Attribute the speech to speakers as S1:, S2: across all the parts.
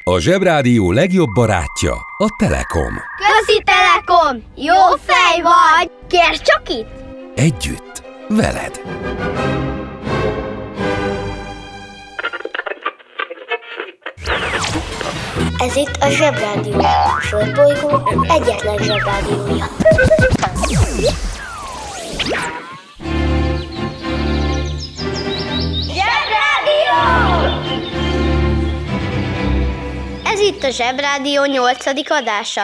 S1: A Zsebrádió legjobb barátja a Telekom.
S2: Köszi Telekom! Jó fej vagy! Kérd csak itt!
S1: Együtt, veled!
S3: Ez itt a Zsebrádió, a Földbolygó egyetlen Zsebrádiója.
S2: Zsebrádió! Ez itt a Zsebrádió 8. adása.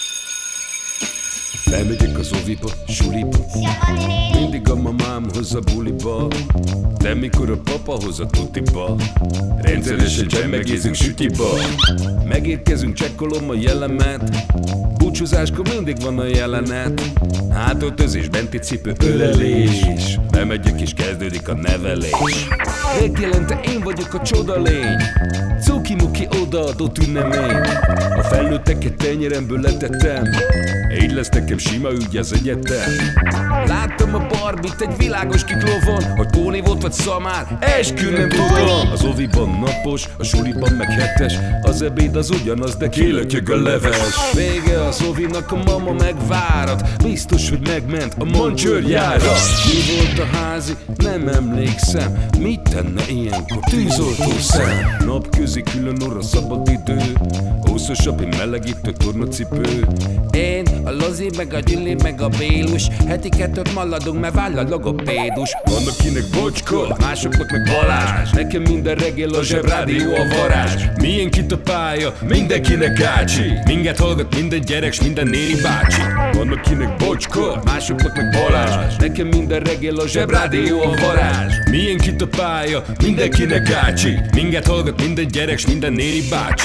S4: Lemegyek az oviba, suliba, mindig a mamám hoz a buliba, de mikor a papa hoz a tutiba, rendszeresen csemmegézünk sütiba. Megérkezünk, csekkolom a jellemet, búcsúzáskor mindig van a jelenet. Hátöltözés, benti cipő, ölelés, bemegyek és kezdődik a nevelés. Reggelente én vagyok a csodalény, cuki-muki odaadott ünnemény. A felnőtteket tenyeremből letettem, így lesz nekem sima ügy az egyetem. Láttam a Barbit egy világos kiklovon, hogy Póni volt vagy szamár, eskü nem tudom. Az oviban napos, a suliban meg hetes, az ebéd az ugyanaz, de kilötyög a leves. Vége az ovinak, a mama megvárat, biztos, hogy megment a mancsőrjára. Mi volt a házi? Nem emlékszem, mit tenne ilyenkor tűzoltó szem? Napközi külön orra szabad idő, húszosabb, én melegítő tornacipő. Én, a Lozi, meg a Gyüli, meg a Bélus, heti kettőt maladunk, mert váll a logopédus. Vannak kinek Bocska, másoknak meg Balázs, nekem minden reggel a Zsebrádió a varázs. Milyen kit a pálya, mindenkinek ácsi, minket hallgat minden gyerek, s minden néni bácsi. Vannak kinek Bocska, másoknak meg Balázs, nekem minden reggel a Zsebrádió a varázs. Milyen kit a pálya, mindenkinek ácsi, minket hallgat minden gyerek, s minden néni bácsi.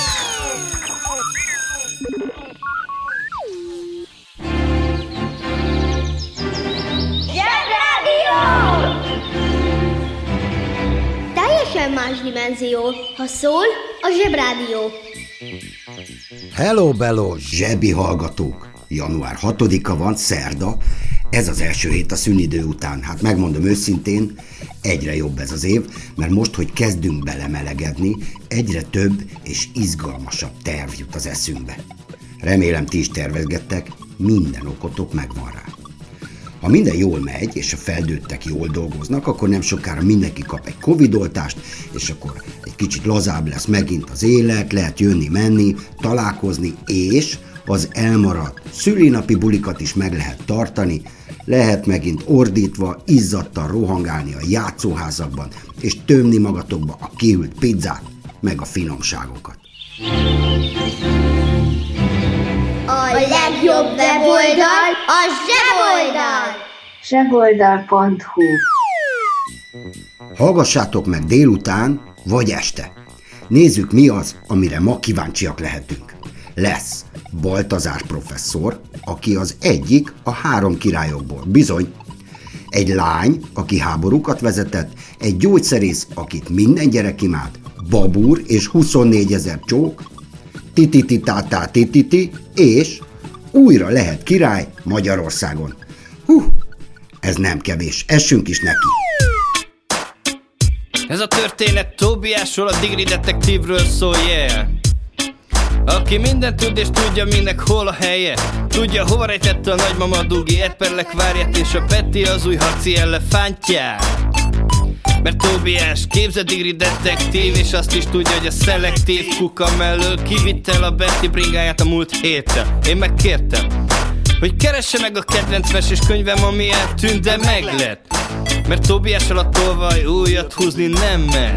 S2: Teljesen más dimenzió. Ha szól, a Zsebrádió.
S5: Hello, bello, zsebi hallgatók! Január 6-a van, szerda, ez az első hét a szünidő után. Hát megmondom őszintén, egyre jobb ez az év, mert most, hogy kezdünk belemelegedni, egyre több és izgalmasabb terv jut az eszünkbe. Remélem ti is tervezgettek, minden okotok megvan rá. Ha minden jól megy, és a felnőttek jól dolgoznak, akkor nem sokára mindenki kap egy Covid-oltást, és akkor egy kicsit lazább lesz megint az élet, lehet jönni-menni, találkozni, és az elmaradt szülinapi bulikat is meg lehet tartani, lehet megint ordítva, izzadtan rohangálni a játszóházakban, és tömni magatokba a kihűlt pizzát, meg a finomságokat.
S2: A legjobb weboldal a Zseboldal!
S6: Zseboldal.hu.
S5: Hallgassátok meg délután vagy este. Nézzük, mi az, amire ma kíváncsiak lehetünk. Lesz Baltazár professzor, aki az egyik a 3 királyokból. Bizony. Egy lány, aki háborúkat vezetett, egy gyógyszerész, akit minden gyerek imád, babúr és 24 000 csók, tititi-tátá tititi, és újra lehet király Magyarországon. Ez nem kevés, essünk is neki.
S7: Ez a történet Tóbiásról, a Digri detektívről szól, yeah. Aki mindent tud és tudja, minek hol a helye, tudja, hova rejtette a nagymama Dugi Edperlek várját és a Peti az új harci elefántját. Mert Tóbiás képzett Digri detektív, és azt is tudja, hogy a szelektív kuka mellől kivitt el a Betty bringáját a múlt héten. Én megkértem, hogy keresse meg a kedvenc mesés könyvem, ami eltűnt, de meglett. Mert Tóbiással a tolvaj újat húzni nem mer.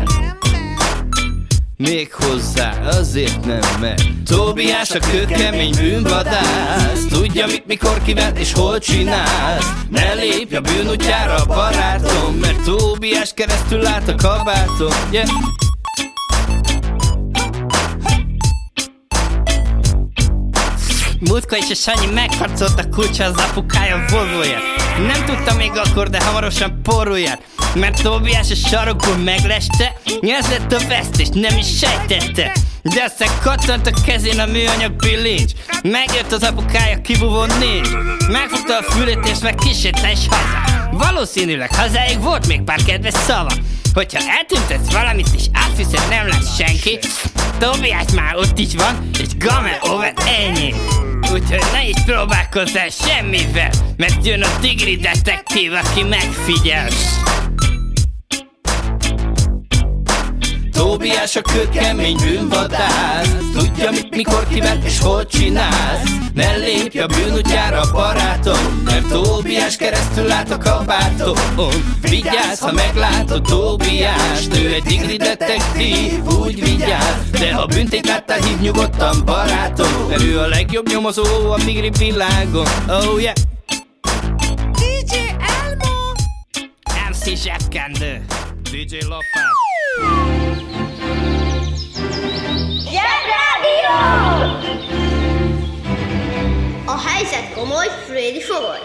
S7: Még hozzá azért nem mer. Tóbiás a kőkemény bűnvadász, tudja mit, mikor, kivel és hol csinálsz. Ne lépj a bűnútjára, barátom, mert Tóbiás keresztül állt a kabátom, yeah. Múltkor is a Sanyi megharcolt a kulcsa az apukája Volvóját. Nem tudta még akkor, de hamarosan porróját. Mert Tóbiás a sarokból megleste, ez lett a vesztés, nem is sejtette. De aztán kattant a kezén a műanyag bilincs. Megjött az apukája kibúvó nincs. Megfogta a fülét és meg kísérte is haza. Valószínűleg hazáig volt még pár kedves szava. Hogyha eltüntetsz valamit és azt hiszed nem lesz senki, Tobiás már ott is van, és Game Over ennyi. Úgyhogy ne is próbálkozzál semmivel, mert jön a tigri detektív, aki megfigyel. Tóbiás a kőkemény bűnvadász, tudja mit, mikor, kivel és hol csinálsz. Ne lépj a bűnútjára, barátom, mert Tóbiás keresztül lát a kabáton. Vigyázz, ha meglátod Tóbiást, ő egy tigri detektív, úgy vigyázz. De ha bűntét láttál, hívd nyugodtan, barátom, mert ő a legjobb nyomozó a tigri világon. Oh yeah! DJ Elmo! MC Zsebkendő, DJ Lopát.
S2: Zsebrádió! A helyzet komoly, Freddy fogoly.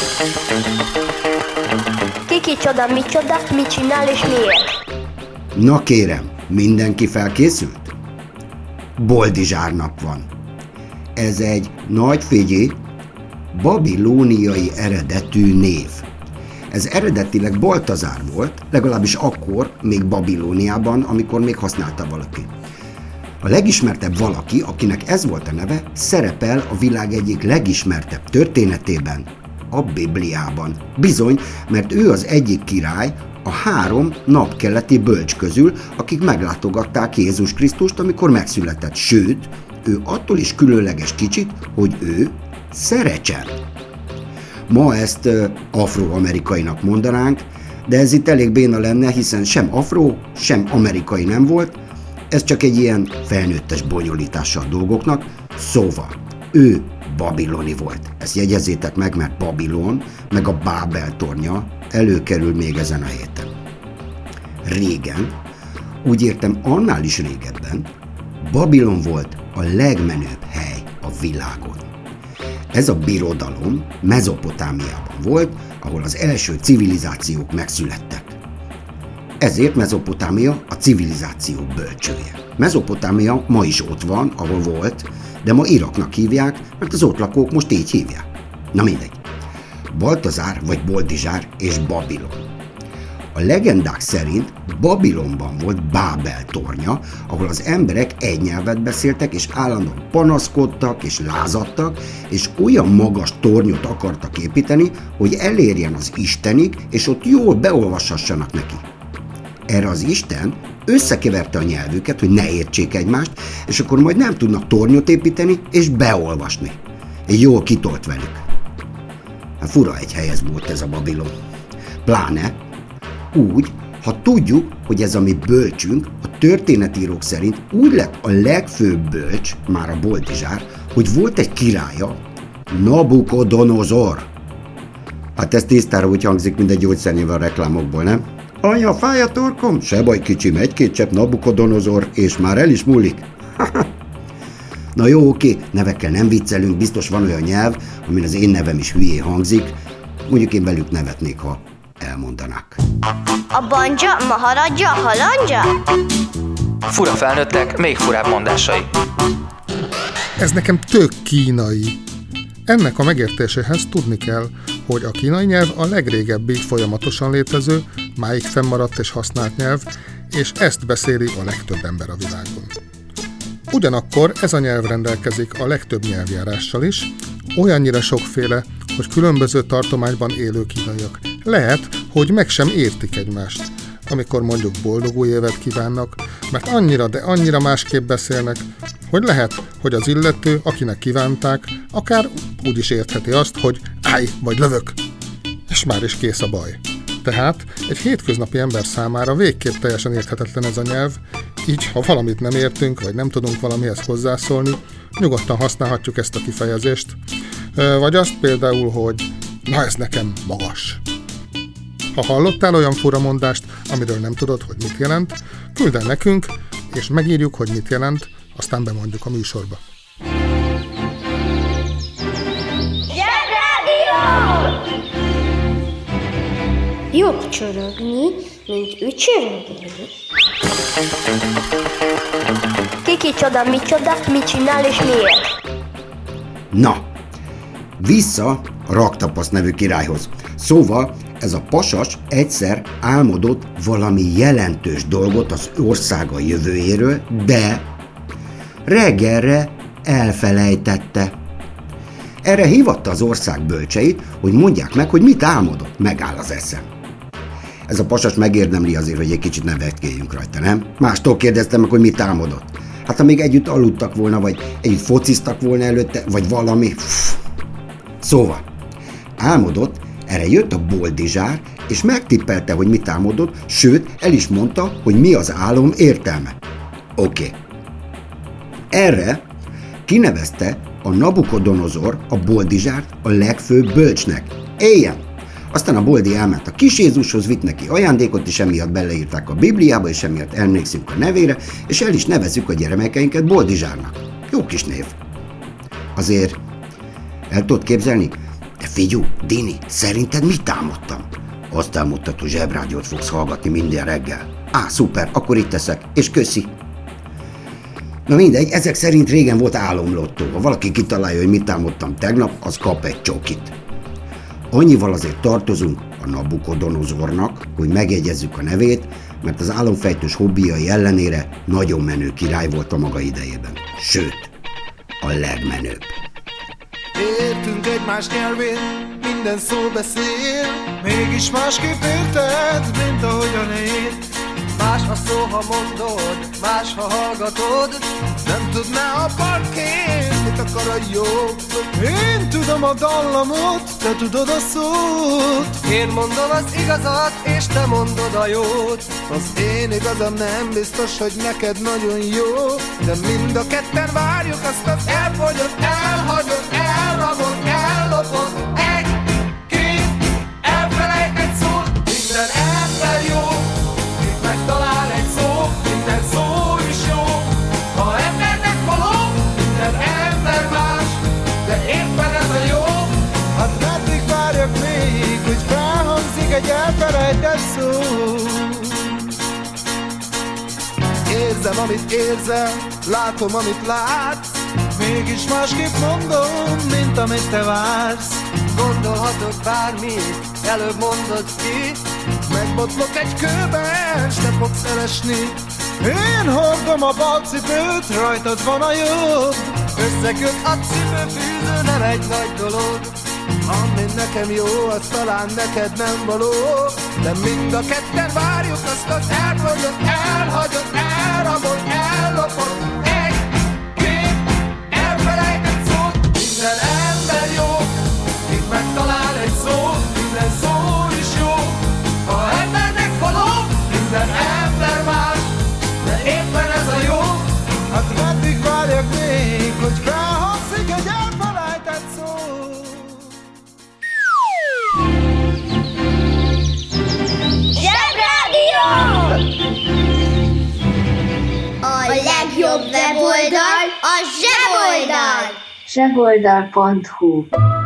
S3: Kiki csoda, mit csinál és miért?
S5: Na kérem, mindenki felkészült? Boldizsárnap van. Ez egy nagy figyelj, babilóniai eredetű név. Ez eredetileg Baltazár volt, legalábbis akkor, még Babilóniában, amikor még használta valaki. A legismertebb valaki, akinek ez volt a neve, szerepel a világ egyik legismertebb történetében, a Bibliában. Bizony, mert ő az egyik király a 3 napkeleti bölcs közül, akik meglátogatták Jézus Krisztust, amikor megszületett. Sőt, ő attól is különleges kicsit, hogy ő szerecsen. Ma ezt afroamerikainak mondanánk, de ez itt elég béna lenne, hiszen sem afro, sem amerikai nem volt, ez csak egy ilyen felnőttes bonyolítása a dolgoknak, szóval ő babiloni volt. Ezt jegyezzétek meg, mert Babilon, meg a Bábel tornya előkerül még ezen a héten. Régen, úgy értem annál is régebben, Babilon volt a legmenőbb hely a világon. Ez a birodalom Mezopotámiában volt, ahol az első civilizációk megszülettek. Ezért Mezopotámia a civilizáció bölcsője. Mezopotámia ma is ott van, ahol volt, de ma Iraknak hívják, mert az ott lakók most így hívják. Na mindegy. Baltazár vagy Boldizsár és Babilon. A legendák szerint Babilonban volt Bábel tornya, ahol az emberek egy nyelvet beszéltek, és állandóan panaszkodtak és lázadtak, és olyan magas tornyot akartak építeni, hogy elérjen az Istenig, és ott jól beolvashassanak neki. Erre az Isten összekeverte a nyelvüket, hogy ne értsék egymást, és akkor majd nem tudnak tornyot építeni és beolvasni. Így jól kitolt velük. Hát fura egy helyez volt ez a Babilon. Pláne úgy, ha tudjuk, hogy ez a mi bölcsünk, a történetírók szerint úgy lett a legfőbb bölcs, már a Boldizsár, hogy volt egy királya, Nabukodonozor. Hát ez tisztára úgy hangzik, mint egy gyógyszernév a reklámokból, nem? Anya, fáj a torkom? Se baj, kicsim, 1-2 csepp Nabukodonozor, és már el is múlik. Na jó, oké, nevekkel nem viccelünk, biztos van olyan nyelv, amin az én nevem is hülyé hangzik, mondjuk én velük nevetnék, ha elmondanák.
S2: A banja, maharadja, halandja?
S8: Fura felnőttek, még furább mondásai.
S9: Ez nekem tök kínai. Ennek a megértéséhez tudni kell, hogy a kínai nyelv a legrégebbi folyamatosan létező, máig fennmaradt és használt nyelv, és ezt beszéli a legtöbb ember a világon. Ugyanakkor ez a nyelv rendelkezik a legtöbb nyelvjárással is, olyannyira sokféle, hogy különböző tartományban élő kínaiak lehet, hogy meg sem értik egymást, amikor mondjuk boldog új évet kívánnak, mert annyira, de annyira másképp beszélnek, hogy lehet, hogy az illető, akinek kívánták, akár úgy is értheti azt, hogy állj vagy lövök, és már is kész a baj. Tehát egy hétköznapi ember számára végképp teljesen érthetetlen ez a nyelv, így ha valamit nem értünk, vagy nem tudunk valamihez hozzászólni, nyugodtan használhatjuk ezt a kifejezést. Vagy azt például, hogy na ez nekem magas. Ha hallottál olyan fura mondást, amiről nem tudod, hogy mit jelent, küld el nekünk, és megírjuk, hogy mit jelent, aztán bemondjuk a műsorba.
S3: Jobb csörögni, mint ücsörögni. Kiki csoda, mit csinál és miért?
S5: Na, vissza a Raktapasz nevű királyhoz. Szóval ez a pasas egyszer álmodott valami jelentős dolgot az országa jövőjéről, de reggelre elfelejtette. Erre hívatta az ország bölcseit, hogy mondják meg, hogy mit álmodott. Megáll az eszem. Ez a pasas megérdemli azért, hogy egy kicsit nevetkéljünk rajta, nem? Mástól kérdeztem meg, hogy mit álmodott. Hát ha még együtt aludtak volna, vagy együtt fociztak volna előtte, vagy valami. Szóval, álmodott, erre jött a boldizsár, és megtippelte, hogy mit álmodott, sőt, el is mondta, hogy mi az álom értelme. Oké. Erre kinevezte a Nabukodonozor a boldizsárt a legfőbb bölcsnek. Éljen! Aztán a boldi elment a kis Jézushoz, vitt neki ajándékot, és emiatt beleírták a Bibliába, és emiatt emlékszünk a nevére, és el is nevezzük a gyermekeinket boldizsárnak. Jó kis név. Azért el tudod képzelni? De figyú, Dini, szerinted mit álmodtam? Azt álmodtad, hogy Zsebrádiót fogsz hallgatni minden reggel. Szuper, akkor itt teszek, és köszi. Na mindegy, ezek szerint régen volt álomlottó. Ha valaki kitalálja, hogy mit álmodtam tegnap, az kap egy csokit. Annyival azért tartozunk a Nabukodonozornak, hogy megjegyezzük a nevét, mert az álomfejtős hobbiai ellenére nagyon menő király volt a maga idejében. Sőt, a legmenőbb.
S10: Értünk egymás nyelvén, minden szó beszél, mégis másképp érted, mint ahogyan én. Más a szó, ha mondod, más, ha hallgatod. Nem tudná a parkén, mit akar a jobb. Én tudom a dallamot, te tudod a szót. Én mondom az igazat, és te mondod a jót. Az én igazam nem biztos, hogy neked nagyon jó, de mind a ketten várjuk azt az elfogyott, elhagyott, elrabolt, ellopott. Egy, két, elfelejtett szót. Minden ember jó, megtalál egy szó, minden szó is jó. Ha embernek való, minden ember más, de éppen ez a jó. Hát meddig várjak még, hogy felhangzik egy elfelejtett szó. Érzem, amit érzel, látom, amit látsz, mégis másképp mondom, mint amit te vársz. Gondolhatok bármit, előbb mondod ki. Megbotlok egy kőben, s te fogsz elesni. Én hordom a bal cipőt, rajtad van a jobb. Összeköt a cipőfűző, nem egy nagy dolog. Ami nekem jó, az talán neked nem való, de mind a ketten várjuk azt az elfogyott, elhagyott, elrabolt, ellopott. Egy, két, elfelejtett szót. Minden ember jó, itt megtalál egy szót, minden szó is jó. Ha embernek való, minden ember más, de éppen ez a jó. Hát meddig várjak még, hogy felhangzik egy elfelejtett szó.
S2: Zsebrádió! A legjobb weboldal a Zseboldal!
S6: Zseboldal.hu.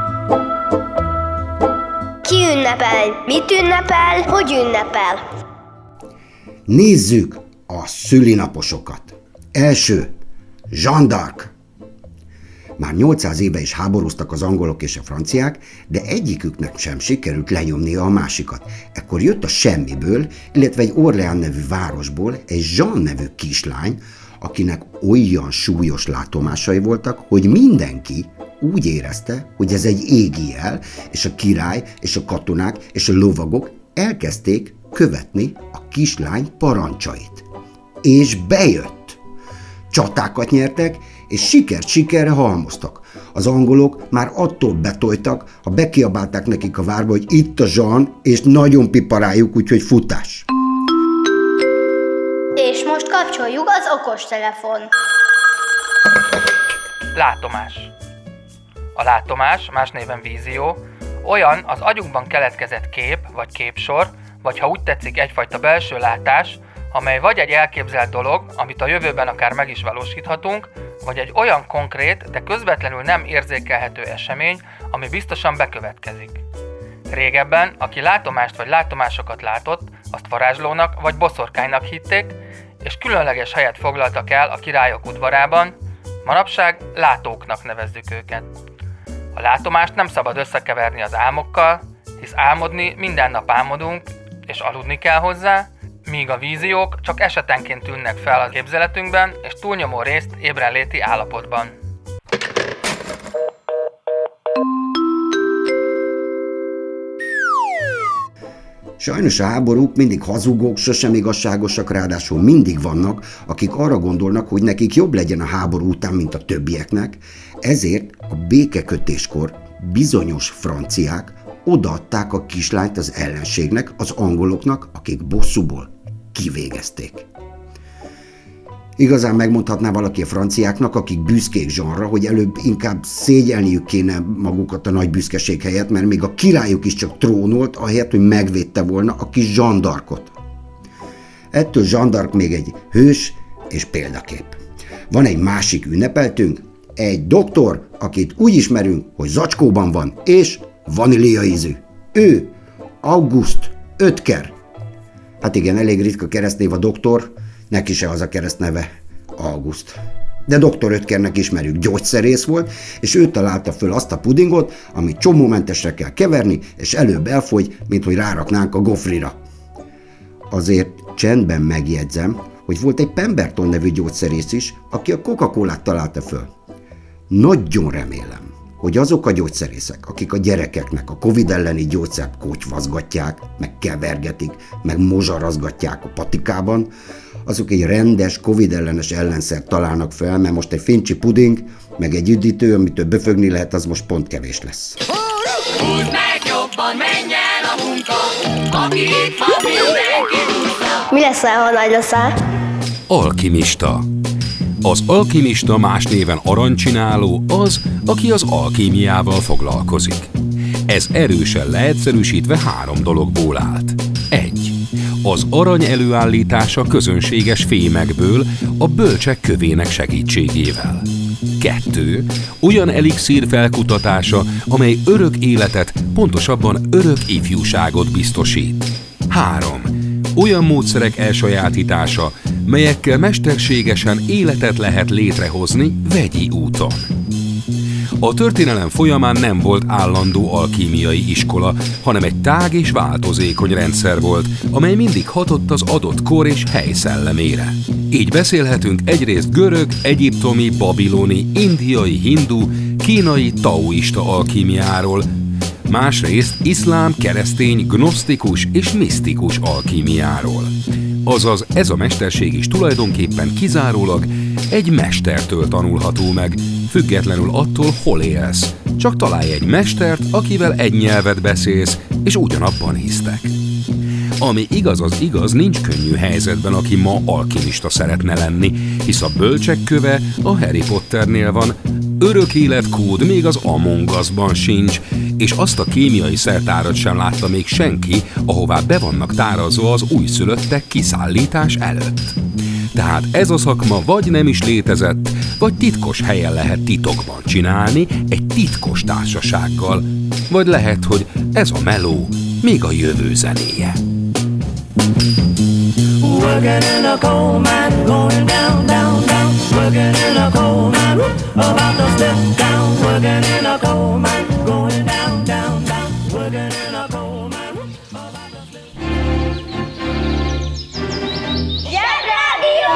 S2: Ki ünnepel? Mit ünnepel? Hogy ünnepel?
S5: Nézzük a szülinaposokat. Első, Jeanne d'Arc. Már 800 éve is háborúztak az angolok és a franciák, de egyiküknek sem sikerült lenyomnia a másikat. Ekkor jött a semmiből, illetve egy Orléans nevű városból egy Jeanne nevű kislány, akinek olyan súlyos látomásai voltak, hogy mindenki úgy érezte, hogy ez egy égi jel, és a király és a katonák és a lovagok elkezdték követni a kislány parancsait. És bejött! Csatákat nyertek, és sikert sikerre halmoztak. Az angolok már attól betoltak, ha bekiabálták nekik a várba, hogy itt a Jeanne, és nagyon piparáljuk, úgyhogy futás.
S2: És most kapcsoljuk az okostelefon.
S8: Látomás. A látomás, más néven vízió, olyan az agyunkban keletkezett kép vagy képsor, vagy ha úgy tetszik egyfajta belső látás, amely vagy egy elképzelt dolog, amit a jövőben akár meg is valósíthatunk, vagy egy olyan konkrét, de közvetlenül nem érzékelhető esemény, ami biztosan bekövetkezik. Régebben, aki látomást vagy látomásokat látott, azt varázslónak vagy boszorkánynak hitték, és különleges helyet foglaltak el a királyok udvarában, manapság látóknak nevezzük őket. A látomást nem szabad összekeverni az álmokkal, hisz álmodni minden nap álmodunk, és aludni kell hozzá, míg a víziók csak esetenként tűnnek fel a képzeletünkben, és túlnyomó részt ébrenléti állapotban.
S5: Sajnos a háborúk mindig hazugok, sosem igazságosak, ráadásul mindig vannak, akik arra gondolnak, hogy nekik jobb legyen a háború után, mint a többieknek, ezért a békekötéskor bizonyos franciák odaadták a kislányt az ellenségnek, az angoloknak, akik bosszúból kivégezték. Igazán megmondhatná valaki a franciáknak, akik büszkék zsanra, hogy előbb inkább szégyelniük kéne magukat a nagy büszkeség helyett, mert még a királyuk is csak trónolt, ahelyett, hogy megvédte volna a kis Jeanne d'Arcot. Ettől Jeanne d'Arc még egy hős és példakép. Van egy másik ünnepeltünk, egy doktor, akit úgy ismerünk, hogy zacskóban van, és vanília ízű. Ő, August Oetker. Hát igen, elég ritka keresztnév a doktor, neki se az a keresztneve, August. De dr. Oetkernek ismerjük, gyógyszerész volt, és ő találta föl azt a pudingot, amit csomómentesre kell keverni, és előbb elfogy, mint hogy ráraknánk a gofrira. Azért csendben megjegyzem, hogy volt egy Pemberton nevű gyógyszerész is, aki a Coca-Colát találta föl. Nagyon remélem, hogy azok a gyógyszerészek, akik a gyerekeknek a Covid elleni gyógyszert kotyvazgatják, meg kevergetik, meg mozsarazgatják a patikában, azok egy rendes Covid ellenes ellenszert találnak fel, mert most egy fincsi puding, meg egy üdítő, amitől böfögni lehet, az most pont kevés lesz.
S11: Húzd meg jobban, menj el a munka, aki itt van, mindenki húzza.
S3: Mi leszel, ha nagy leszel?
S1: Alkimista. Az alkimista, más néven aranycsináló, az, aki az alkímiával foglalkozik. Ez erősen leegyszerűsítve 3 dologból állt. 1. Az arany előállítása közönséges fémekből, a bölcsek kövének segítségével. 2. Olyan elixír felkutatása, amely örök életet, pontosabban örök ifjúságot biztosít. 3. Olyan módszerek elsajátítása, melyekkel mesterségesen életet lehet létrehozni vegyi úton. A történelem folyamán nem volt állandó alkímiai iskola, hanem egy tág és változékony rendszer volt, amely mindig hatott az adott kor és hely szellemére. Így beszélhetünk egyrészt görög, egyiptomi, babiloni, indiai, hindu, kínai, taoista alkímiáról, másrészt iszlám, keresztény, gnosztikus és misztikus alkímiáról. Azaz ez a mesterség is tulajdonképpen kizárólag egy mestertől tanulható meg, függetlenül attól, hol élsz. Csak találj egy mestert, akivel egy nyelvet beszélsz, és ugyanabban hisztek. Ami igaz az igaz, nincs könnyű helyzetben, aki ma alkimista szeretne lenni, hisz a bölcsek köve a Harry Potternél van, örök életkód még az Among Us-ban sincs, és azt a kémiai szertárat sem látta még senki, ahová be vannak tárazva az újszülöttek kiszállítás előtt. Tehát ez a szakma vagy nem is létezett, vagy titkos helyen lehet titokban csinálni, egy titkos társasággal, vagy lehet, hogy ez a meló még a jövő zenéje.
S11: Working in a coal mine, going down, down, down. Working in a coal mine, about to step down. Working in a coal mine, going down, down, down. Working in a coal mine, about to step down.
S2: Zsebrádió!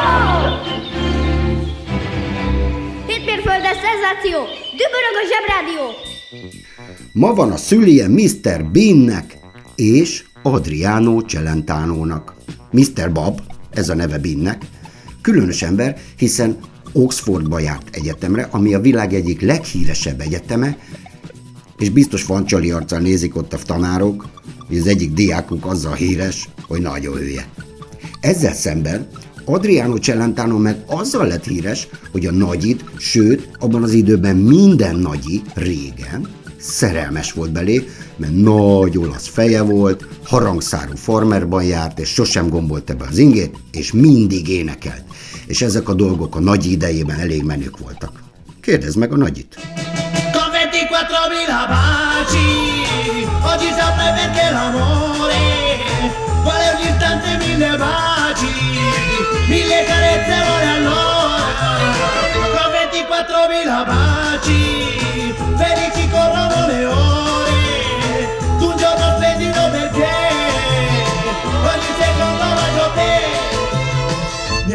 S2: Hétmérföldes szenzáció! Dübörög a Zsebrádió!
S5: Ma van a szülije Mr. Beannek és Adriano Celentánónak. Mr. Bob, ez a neve Beannek, különös ember, hiszen Oxfordba járt egyetemre, ami a világ egyik leghíresebb egyeteme, és biztos fancsali arccal nézik ott a tanárok, hogy az egyik diákunk azzal híres, hogy nagyon hülye. Ezzel szemben Adriano Celentano meg azzal lett híres, hogy a nagyit, sőt, abban az időben minden nagyi régen szerelmes volt belé, mert nagy olasz feje volt, harangszárú farmerban járt, és sosem gombolta be az ingét, és mindig énekelt. És ezek a dolgok a nagy idejében elég menők voltak. Kérdezd meg a nagyit.
S11: Con 24.000 baci, oggi saprei perché l'amore vuole un istante 1000 baci, 1000 carezze vuole allora. Con 24.000 baci, felici corrono le ore, d'un giorno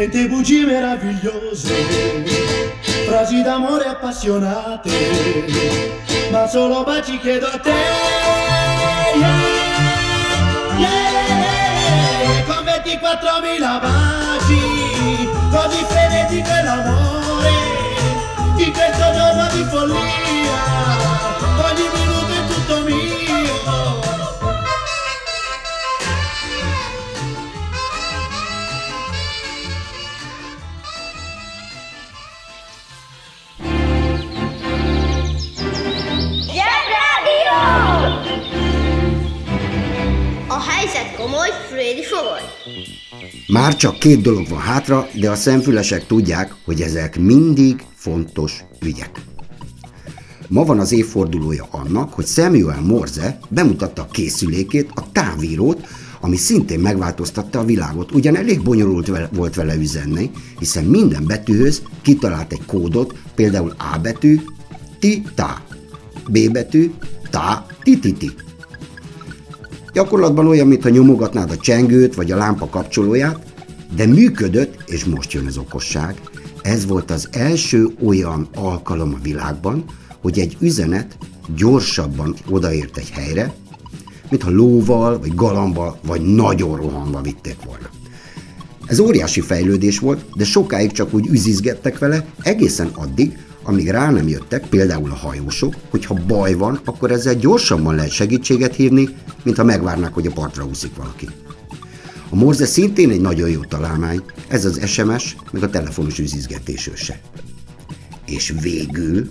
S10: Niente bugie meravigliose, frasi d'amore appassionate, ma solo baci chiedo a te. Con 24.000 baci, così frenetico è l'amore, di questo giorno di follia, ogni minuto è tutto mio.
S2: Komoly, Frédi fogoly.
S5: Már csak 2 dolog van hátra, de a szemfülesek tudják, hogy ezek mindig fontos ügyek. Ma van az évfordulója annak, hogy Samuel Morse bemutatta a készülékét, a távírót, ami szintén megváltoztatta a világot. Ugyan elég bonyolult volt vele üzenni, hiszen minden betűhöz kitalált egy kódot, például A betű, ti-ta, B betű, ta, ti-ti-ti. Gyakorlatban olyan, mintha nyomogatnád a csengőt vagy a lámpa kapcsolóját, de működött, és most jön az okosság. Ez volt az első olyan alkalom a világban, hogy egy üzenet gyorsabban odaért egy helyre, mintha lóval, vagy galambal, vagy nagyon rohanva vitték volna. Ez óriási fejlődés volt, de sokáig csak úgy üzizgettek vele, egészen addig, amíg rá nem jöttek, például a hajósok, hogy ha baj van, akkor ezzel gyorsabban lehet segítséget hívni, mint ha megvárnák, hogy a partra úszik valaki. A Morse szintén egy nagyon jó találmány, ez az SMS, meg a telefonos üzizgetés őse. És végül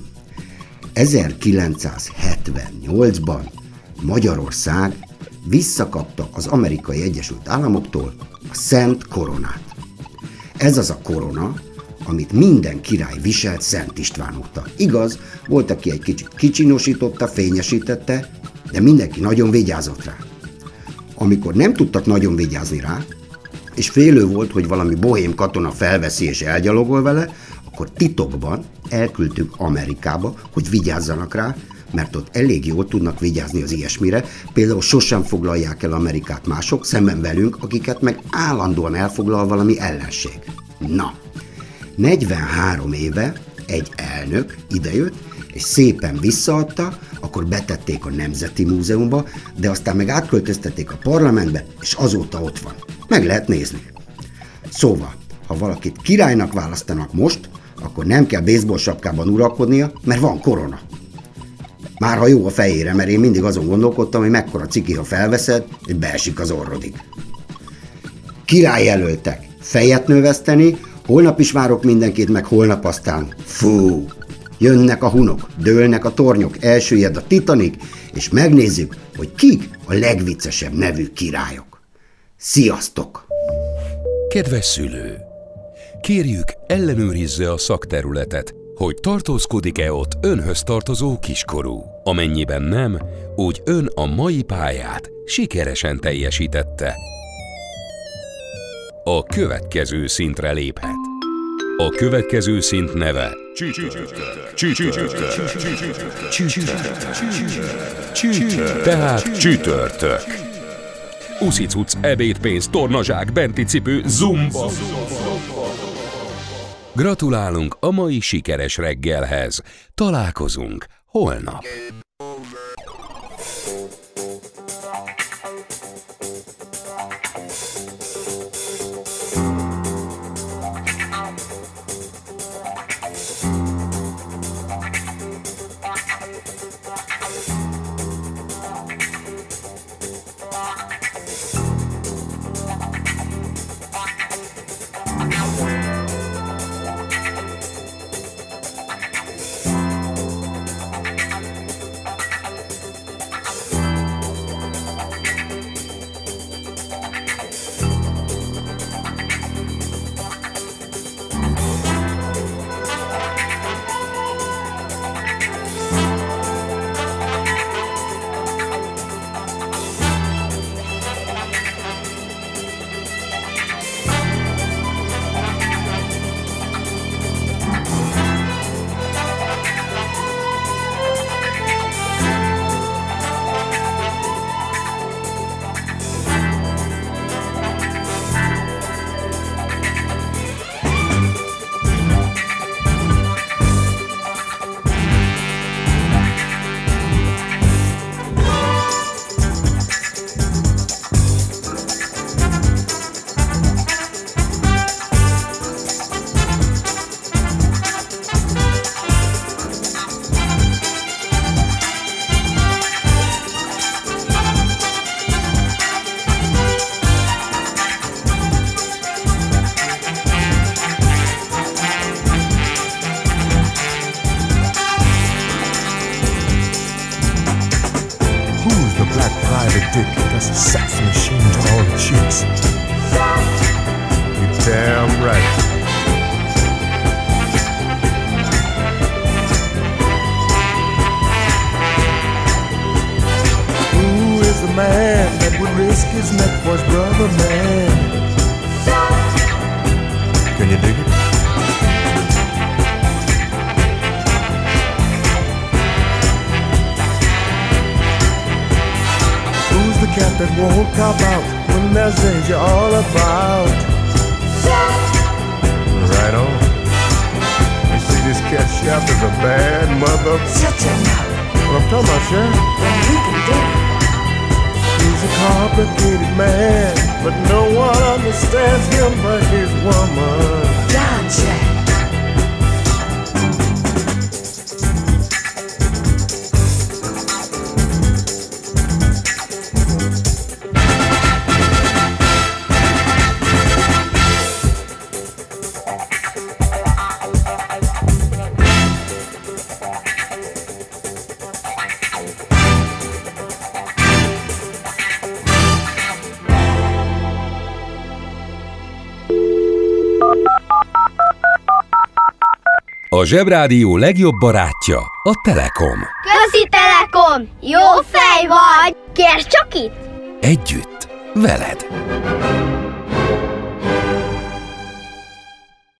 S5: 1978-ban Magyarország visszakapta az Amerikai Egyesült Államoktól a Szent Koronát. Ez az a korona, amit minden király viselt Szent István óta. Igaz, volt, aki egy kicsit kicsinosította, fényesítette, de mindenki nagyon vigyázott rá. Amikor nem tudtak nagyon vigyázni rá, és félő volt, hogy valami bohém katona felveszi és elgyalogol vele, akkor titokban elküldtük Amerikába, hogy vigyázzanak rá, mert ott elég jól tudnak vigyázni az ilyesmire, például sosem foglalják el Amerikát mások, szemben velünk, akiket meg állandóan elfoglal valami ellenség. Na, 43 éve egy elnök idejött, és szépen visszaadta, akkor betették a Nemzeti Múzeumba, de aztán meg átköltöztették a parlamentbe, és azóta ott van. Meg lehet nézni. Szóval, ha valakit királynak választanak most, akkor nem kell baseball sapkában uralkodnia, mert van korona. Már ha jó a fejére, mert én mindig azon gondolkodtam, hogy mekkora ciki, ha felveszed, hogy beesik az orrodig. Királyjelöltek fejet növeszteni, holnap is várok mindenkit, meg holnap aztán fú! Jönnek a hunok, dőlnek a tornyok, elsüllyed a Titanic, és megnézzük, hogy kik a legviccesebb nevű királyok. Sziasztok!
S1: Kedves szülő! Kérjük, ellenőrizze a szakterületet, hogy tartózkodik-e ott önhöz tartozó kiskorú. Amennyiben nem, úgy ön a mai pályát sikeresen teljesítette. A következő szintre léphet. A következő szint neve tehát csütörtök. Uszicuc, ebédpénz, tornazsák, benti cipő, zumba. Gratulálunk a mai sikeres reggelhez. Találkozunk holnap.
S4: right.
S10: Who is the man that would risk his neck for his brother, man?
S4: Can you dig it?
S10: Who's the cat that won't cop out when there's danger all about?
S4: Right on. You see, this cat chef is a bad mother.
S11: Shut your mouth.
S4: What I'm talking about, Chef?
S11: Then we can do it.
S10: He's a complicated man, but no one understands him but his woman.
S11: John Jack.
S1: A Zsebrádió legjobb barátja a Telekom.
S2: Közi Telekom! Jó fej vagy! Kérd csak itt!
S1: Együtt, veled!